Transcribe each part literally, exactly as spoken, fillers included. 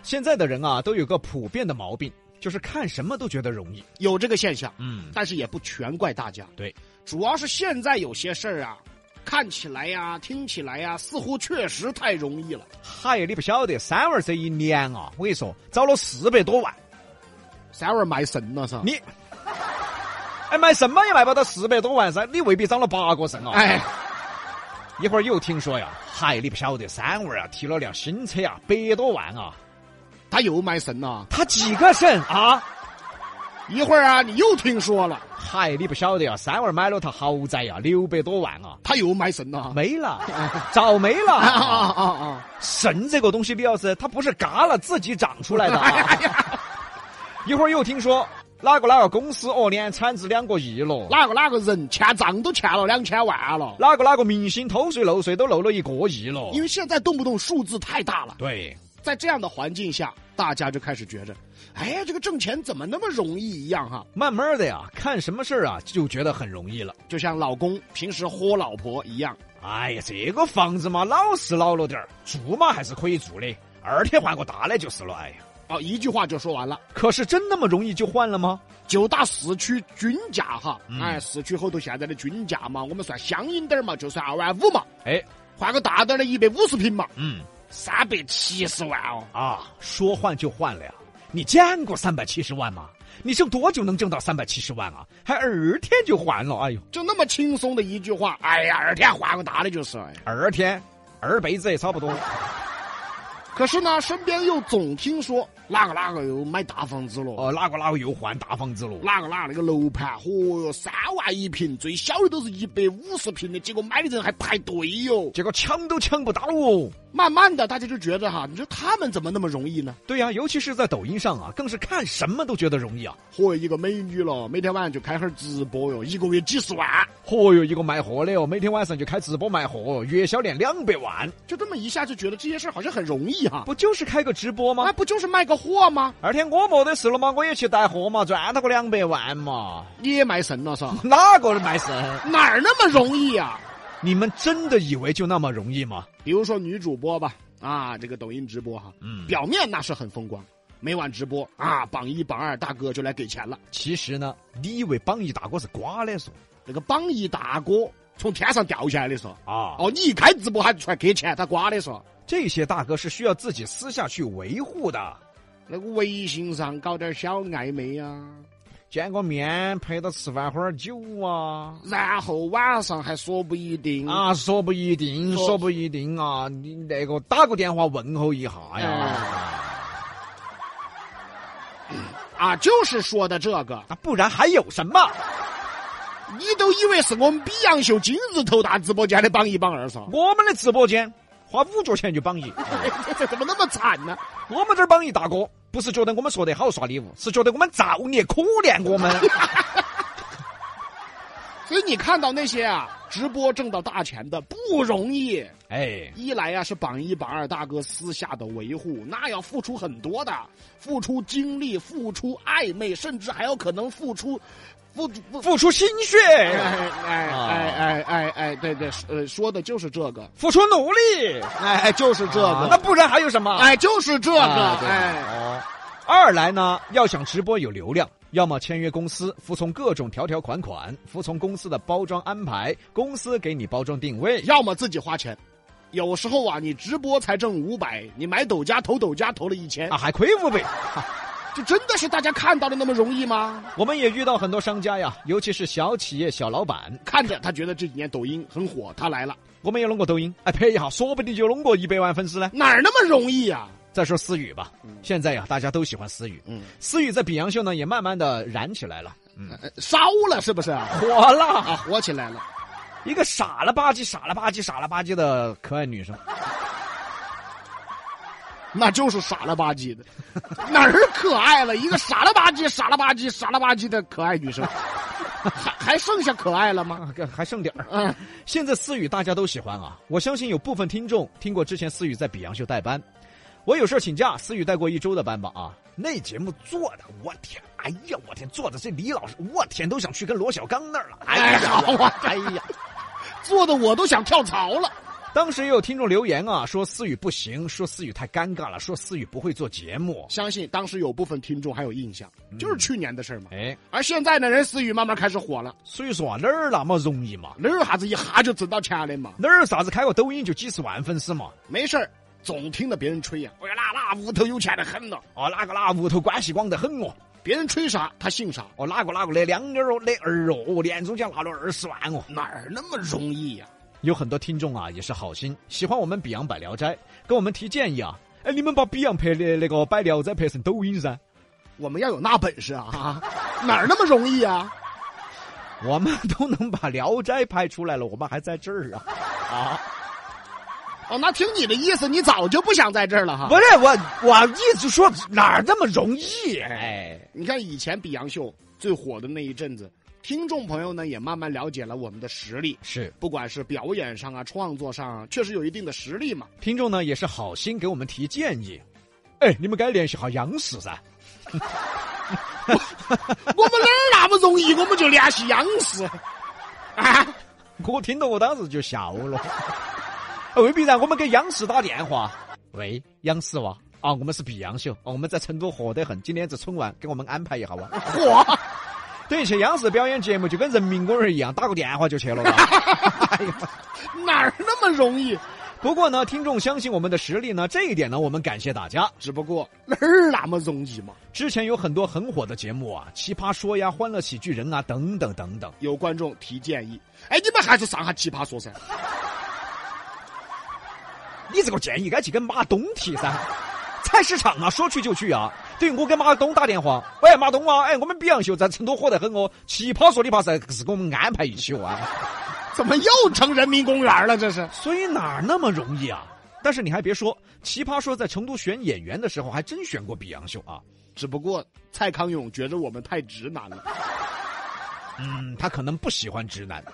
现在的人啊，都有个普遍的毛病，就是看什么都觉得容易。 有这个现象， 嗯， 但是也不全怪大家。 对， 主要是现在有些事儿啊，看起来呀、听起来呀，似乎确实太容易了。 嗨，你不晓得，三娃这一年啊，我跟你说，找了四百多万。 三娃卖肾了噻？ 你，哎，卖肾嘛也卖不到四百多万噻，你未必长了八个肾啊。 哎， 一会儿又听说呀，嗨，你不晓得，三娃啊提了辆新车啊，百多万啊。 他又卖肾了？ 他几个肾啊？ 一会儿啊，你又听说了？ 嗨，你不晓得啊，三娃买了套豪宅呀、啊，六百多万啊。 他又卖肾了？ 没了，早没了。 啊啊啊啊！ 肾这个东西，李老师，它不是嘎了自己长出来的啊。 哎呀， 一会儿又听说哪个哪个公司哦，年产值两个亿了， 哪个哪个人欠账都欠了两千万了， 哪个哪个明星偷税漏税都漏了一个亿了。 因为现在动不动数字太大了。 对， 在这样的环境下，大家就开始觉着，哎呀，这个挣钱怎么那么容易一样哈？ 慢慢的呀，看什么事儿啊，就觉得很容易了。 就像老公平时豁老婆一样。 哎呀，这个房子嘛，老是老了点儿，住嘛还是可以住的，二天换个大的就是了。哎呀。 哦，一句话就说完了。 可是真那么容易就换了吗？ 就打市区均价哈， 嗯、 哎，市区后头现在的均价嘛，我们算相应点嘛，就算二万五嘛。 哎， 换个大点的一百五十平嘛， 嗯， 三百七十万哦。 啊，说换就换了呀？你见过三百七十万吗？你挣多久能挣到三百七十万啊？还二天就换了？哎呦， 就那么轻松的一句话，哎呀，二天换个大的就是。哎、 二天，二辈子也差不多。 可是呢，身边又总听说哪个哪个又买大房子了， 哦，哪个哪个又换大房子了， 哪个哪个那个楼盘，嚯哟，三万一平，最小的都是一百五十平的，结果买的人还排队哟， 结果抢都抢不到哦。 慢慢的，大家就觉得哈，你说他们怎么那么容易呢？ 对呀、啊，尤其是在抖音上啊，更是看什么都觉得容易啊。 嚯，一个美女了，每天晚上就开会直播哟，一个月几十万。 嚯哟，一个卖货的哦，每天晚上就开直播卖货，月销量两百万。 就这么一下就觉得这些事好像很容易哈， 不就是开个直播吗？ 那、啊、不就是卖个货吗？ 二天我没得事了嘛，我也去带货嘛，赚他个两百万嘛。 你也卖肾了是吧？ 哪个卖肾？ 哪儿那么容易啊？ 你们真的以为就那么容易吗？ 比如说女主播吧，啊，这个抖音直播哈， 嗯， 表面那是很风光，每晚直播啊，榜一榜二大哥就来给钱了。 其实呢，你以为榜一大哥是瓜的说？ 那个榜一大哥从天上掉下来的说啊， 哦，你一开直播还出来给钱，他瓜的说。 这些大哥是需要自己私下去维护的， 那个微信上搞点小暧昧啊， 见个面陪他吃饭喝点酒啊， 然后晚上还说不一定啊，说不一定，说, 说不一定啊，你那个打个电话问候一下呀， 嗯、啊，就是说的这个， 啊，不然还有什么？ 你都以为是我们比洋秀今日头大直播间的榜一榜二嗦？ 我们的直播间花五角钱就榜一， 这怎么那么惨呢？ 我们这儿榜一大哥不是觉得我们说得好耍礼物，是觉得我们造孽可怜我们。 所以你看到那些啊直播挣到大钱的不容易， 哎， 一来啊是榜一榜二大哥私下的维护，那要付出很多的，付出精力，付出暧昧，甚至还有可能付出付付出心血， 哎哎哎哎哎哎，对对，呃，说的就是这个， 付出努力， 哎，就是这个， 啊、那不然还有什么？ 哎，就是这个， 啊、 哎。 哦，二来呢，要想直播有流量，要么签约公司，服从各种条条款款，服从公司的包装安排，公司给你包装定位； 要么自己花钱。有时候啊，你直播才挣五百，你买抖加投抖加投了一千啊，还亏五百。 这真的是大家看到的那么容易吗？ 我们也遇到很多商家呀，尤其是小企业小老板， 看着他觉得这几年抖音很火，他来了。 我们也弄过抖音，哎，拍一下，说不定就弄过一百万粉丝呢。 哪儿那么容易啊？ 再说思雨吧，嗯、现在呀，大家都喜欢思雨。嗯，思雨在比洋秀呢，也慢慢的燃起来了。 嗯，烧了是不是？ 火了啊，火起来了。 一个傻了吧唧、傻了吧唧、傻了吧唧的可爱女生。 那就是傻了吧唧的，哪儿可爱了？一个傻了吧唧、傻了吧唧、傻了吧唧的可爱女生，还还剩下可爱了吗？ 还剩点儿。嗯，现在思雨大家都喜欢啊，我相信有部分听众听过之前思雨在比洋秀带班，我有事儿请假，思雨带过一周的班吧啊，那节目做的，我天，哎呀，我天，做的这李老师，我天，都想去跟罗小刚那儿了，哎呀， 我哎呀， 做的我都想跳槽了。 当时也有听众留言啊，说思雨不行，说思雨太尴尬了，说思雨不会做节目。 相信当时有部分听众还有印象， 嗯、 就是去年的事嘛。 哎， 而现在呢，人思雨慢慢开始火了。 所以说啊，哪儿那么容易嘛？ 哪儿啥子一下就挣到钱的嘛？ 哪儿啥子开个抖音就几十万粉丝嘛？ 没事儿，总听着别人吹呀、啊，哎呀，那那屋头有钱的很了， 哦，哪个哪屋头关系广得很哦。 别人吹啥他信啥。 哦，哪个哪个的两儿哦，的儿哦，年终奖拿了二十万哦， 哪儿那么容易呀、啊？ 有很多听众啊，也是好心，喜欢我们比洋百聊斋，跟我们提建议啊。哎，你们把比洋拍的那个百聊斋拍成抖音噻。 我们要有那本事啊！哪儿那么容易啊？ 我们都能把聊斋拍出来了，我们还在这儿啊！啊！ 哦，那听你的意思，你早就不想在这儿了哈？ 不是我，我一直说哪儿那么容易？哎， 你看以前比洋秀最火的那一阵子。听众朋友呢，也慢慢了解了我们的实力， 是不管是表演上啊、创作上啊，确实有一定的实力嘛。 听众呢也是好心给我们提建议，哎，你们该联系下央视噻。 我, 我们哪儿那么容易，我们就联系央视啊！ 我听到我当时就笑了。未必然，我们给央视打电话，喂，央视哇，啊，我们是比洋秀，哦，我们在成都火得很，今年这春晚给我们安排一下哇。 嚯！ 对，去央视表演节目就跟人民公园一样，打个电话就去了吧。哎呀， 哪儿那么容易？ 不过呢，听众相信我们的实力呢，这一点呢，我们感谢大家。 只不过哪儿那么容易嘛？ 之前有很多很火的节目啊，奇葩说呀、欢乐喜剧人啊，等等等等。 有观众提建议，哎，你们还是上下奇葩说噻。 你这个建议该去跟马东提噻。菜市场啊，说去就去啊！对，我给马东打电话，喂，马东啊，哎，我们比洋秀在成都火得很哦，奇葩说你怕是是给我们安排一起啊？ 怎么又成人民公园了？这是， 所以哪儿那么容易啊？但是你还别说，奇葩说在成都选演员的时候，还真选过比洋秀啊。 只不过蔡康永觉得我们太直男了， 嗯，他可能不喜欢直男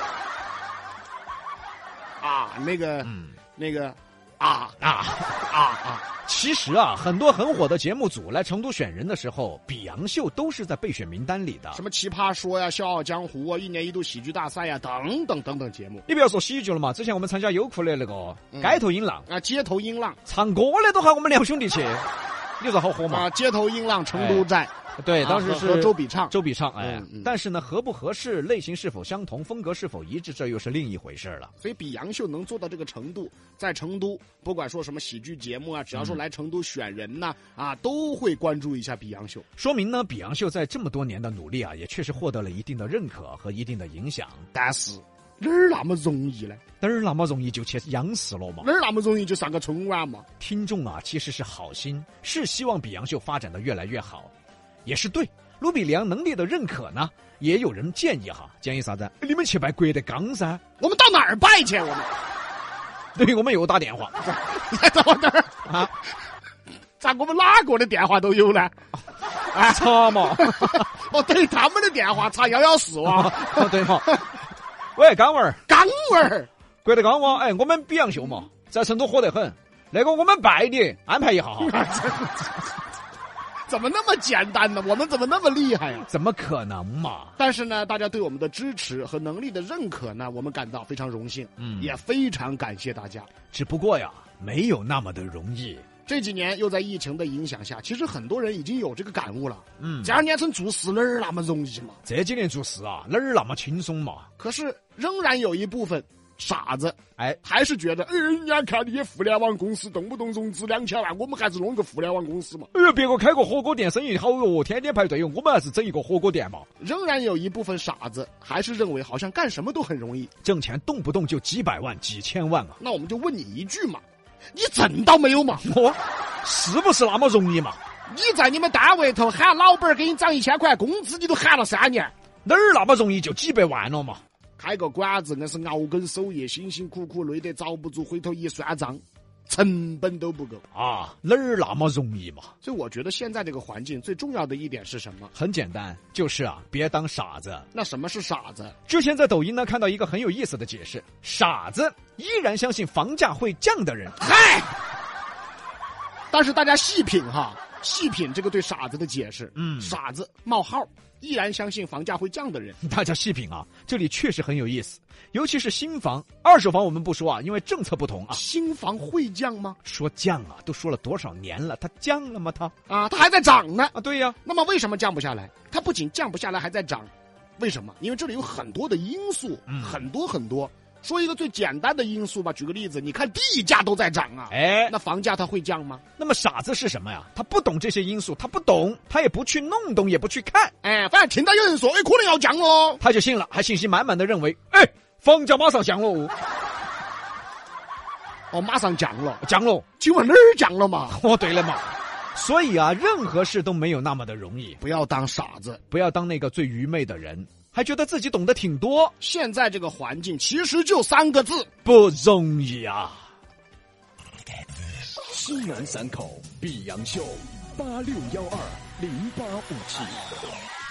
啊，那个， 嗯， 那个。啊啊啊啊！其实啊，很多很火的节目组来成都选人的时候，比洋秀都是在备选名单里的。 什么奇葩说呀、笑傲江湖啊、一年一度喜剧大赛呀，等等等等节目。 你不要说喜剧了嘛，之前我们参加优酷的那个街头音浪、 嗯、啊，街头音浪唱歌的都喊我们两兄弟去，你说好火嘛？ 啊，街头音浪成都站。哎对，当时是、 啊、和周笔畅， 周笔畅，哎、 嗯嗯， 但是呢，合不合适、类型是否相同、风格是否一致，这又是另一回事了。 所以，比洋秀能做到这个程度，在成都，不管说什么喜剧节目啊，只要说来成都选人呐、啊，啊，都会关注一下比洋秀。 说明呢，比洋秀在这么多年的努力啊，也确实获得了一定的认可和一定的影响。 但是哪儿那么容易呢？ 哪儿那么容易就去央视了嘛？ 哪儿那么容易就上个春晚嘛？ 听众啊，其实是好心，是希望比洋秀发展的越来越好，也是对。卢比良能力的认可呢，也有人建议哈，建议啥子？你们去拜郭德纲噻。 我们到哪儿拜去？我们， 对，我们又打电话。 等会儿啊，咋我们哪个的电话都有呢？ 啊，查嘛。 哦，对，他们的电话查幺幺四哇。 对嘛。喂，刚文儿， 刚文儿， 郭德纲哇，哎，我们比洋秀嘛，在成都火得很，那个我们拜你，安排一下哈。 怎么那么简单呢？我们怎么那么厉害呀？ 怎么可能嘛？ 但是呢，大家对我们的支持和能力的认可呢，我们感到非常荣幸， 嗯， 也非常感谢大家。 只不过呀，没有那么的容易。 这几年又在疫情的影响下，其实很多人已经有这个感悟了。 嗯， 这二年成做事哪儿那么容易嘛？ 这几年做事啊，哪儿那么轻松嘛？ 可是仍然有一部分傻子， 哎， 还是觉得，哎，人家看那些互联网公司动不动融资两千万，我们还是弄个互联网公司嘛。 哎呀，别个开个火锅店生意好哟，天天排队，我们还是整一个火锅店嘛。 仍然有一部分傻子还是认为好像干什么都很容易， 挣钱动不动就几百万、几千万啊。 那我们就问你一句嘛，你挣到没有嘛？ 我是不是那么容易嘛？ 你在你们单位头喊老板给你涨一千块工资，你都喊了三年， 哪儿那么容易就几百万了嘛？ 开个馆子那是熬更守夜，辛辛苦苦累得遭不住，回头一算账，成本都不够啊！哪儿那么容易嘛？ 所以我觉得现在这个环境最重要的一点是什么？ 很简单，就是啊，别当傻子。 那什么是傻子？ 之前在抖音呢看到一个很有意思的解释：傻子依然相信房价会降的人。 嗨， 但是大家细品哈，细品这个对傻子的解释， 嗯傻子冒号依然相信房价会降的人， 大家细品啊，这里确实很有意思，尤其是新房，二手房我们不说啊，因为政策不同啊。 新房会降吗？ 说降啊，都说了多少年了，它降了吗？它啊，它还在涨呢啊，对呀。 那么为什么降不下来？它不仅降不下来，还在涨，为什么？因为这里有很多的因素， 嗯、 很多很多。说一个最简单的因素吧，举个例子，你看地价都在涨啊， 哎， 那房价它会降吗？ 那么傻子是什么呀？他不懂这些因素，他不懂，他也不去弄懂，也不去看， 哎，反正听到有人说，哎，可能要降咯， 他就信了，还信心满满的认为，哎，房价马上降喽， 哦，马上降了， 降喽， 请问哪儿降了嘛？ 哦，对了嘛，所以啊，任何事都没有那么的容易， 不要当傻子， 不要当那个最愚昧的人。还觉得自己懂得挺多， 现在这个环境其实就三个字， 不容易啊！ 西南散口碧阳秀八六幺二零八五七。